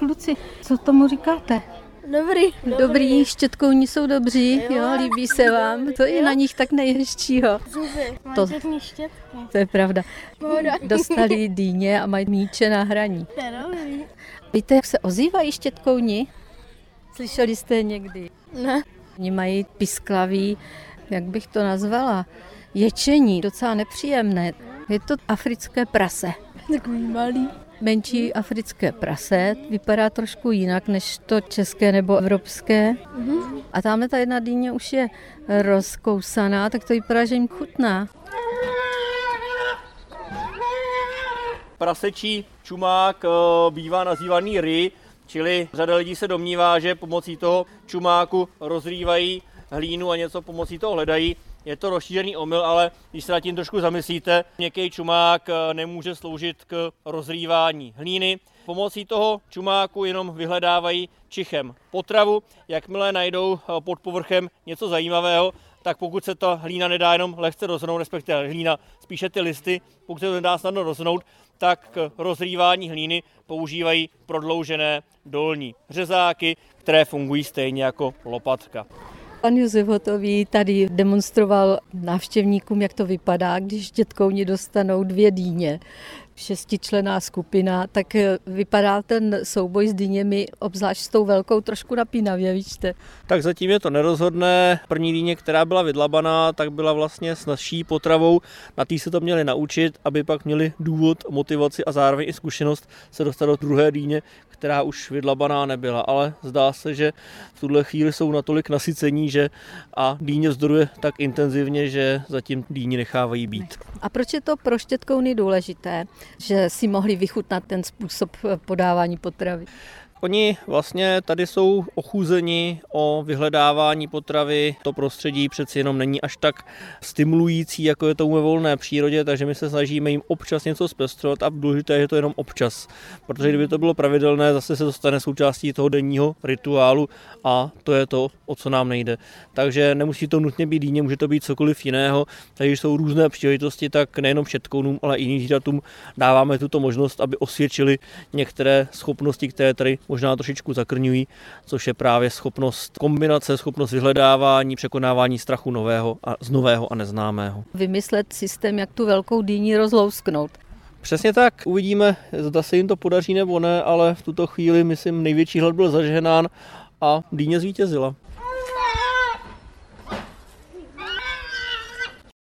kluci, co tomu říkáte? Dobrý, štětkouni jsou dobří, jo, líbí se vám. To je na nich tak nejhezčího. Zuby, To- pěkný štětky. To je pravda. Pohoda. Dostali dýně a mají míče na hraní. To je dobrý. Víte, jak se ozývají štětkouni? Slyšeli jste je někdy? Ne. Oni mají pisklavý, jak bych to nazvala, ječení, docela nepříjemné. Je to africké prase. Takový malý. Menší africké prase, vypadá trošku jinak než to české nebo evropské. A tamhle ta jedna dýně už je rozkousaná, tak to vypadá, že jim chutná. Prasečí čumák bývá nazývaný ry, čili řada lidí se domnívá, že pomocí toho čumáku rozrývají hlínu a něco pomocí toho hledají. Je to rozšířený omyl, ale když se nad tím trošku zamyslíte, měkký čumák nemůže sloužit k rozrývání hlíny. Pomocí toho čumáku jenom vyhledávají čichem potravu. Jakmile najdou pod povrchem něco zajímavého, tak pokud se ta hlína nedá jenom lehce rozhnout, respektive hlína, spíše ty listy, pokud se to nedá snadno rozhnout, tak k rozrývání hlíny používají prodloužené dolní řezáky, které fungují stejně jako lopatka. Pan Josef Hotový tady demonstroval návštěvníkům, jak to vypadá, když štětkouni dostanou 2 dýně. 6členná skupina, tak vypadá ten souboj s dýněmi, obzvlášť s tou velkou, trošku napínavě, víte. Tak zatím je to nerozhodné. První dýně, která byla vydlabaná, tak byla vlastně snazší potravou. Na té se to měli naučit, aby pak měli důvod, motivaci a zároveň i zkušenost se dostat do druhé dýně, která už vydlabaná nebyla. Ale zdá se, že v tuhle chvíli jsou natolik nasycení, že a dýně vzdoruje tak intenzivně, že zatím dýni nechávají být. A proč je to pro štětkouny důležité, že si mohli vychutnat ten způsob podávání potravy? Oni vlastně tady jsou ochuzeni o vyhledávání potravy. To prostředí přeci jenom není až tak stimulující, jako je to ve volné přírodě, takže my se snažíme jim občas něco zpestrovat a důležité je to jenom občas. Protože kdyby to bylo pravidelné, zase se to stane součástí toho denního rituálu a to je to, o co nám nejde. Takže nemusí to nutně být dýně, může to být cokoliv jiného. Takže když jsou různé příležitosti, tak nejenom štětkounům, ale i jiným zvířatům dáváme tuto možnost, aby osvědčili některé schopnosti, které tady možná trošičku zakrňují, což je právě schopnost kombinace, schopnost vyhledávání, překonávání strachu nového a neznámého. Vymyslet systém, jak tu velkou dýni rozlousknout. Přesně tak, uvidíme, zda se jim to podaří nebo ne, ale v tuto chvíli, myslím, největší hlad byl zažehnán a dýně zvítězila.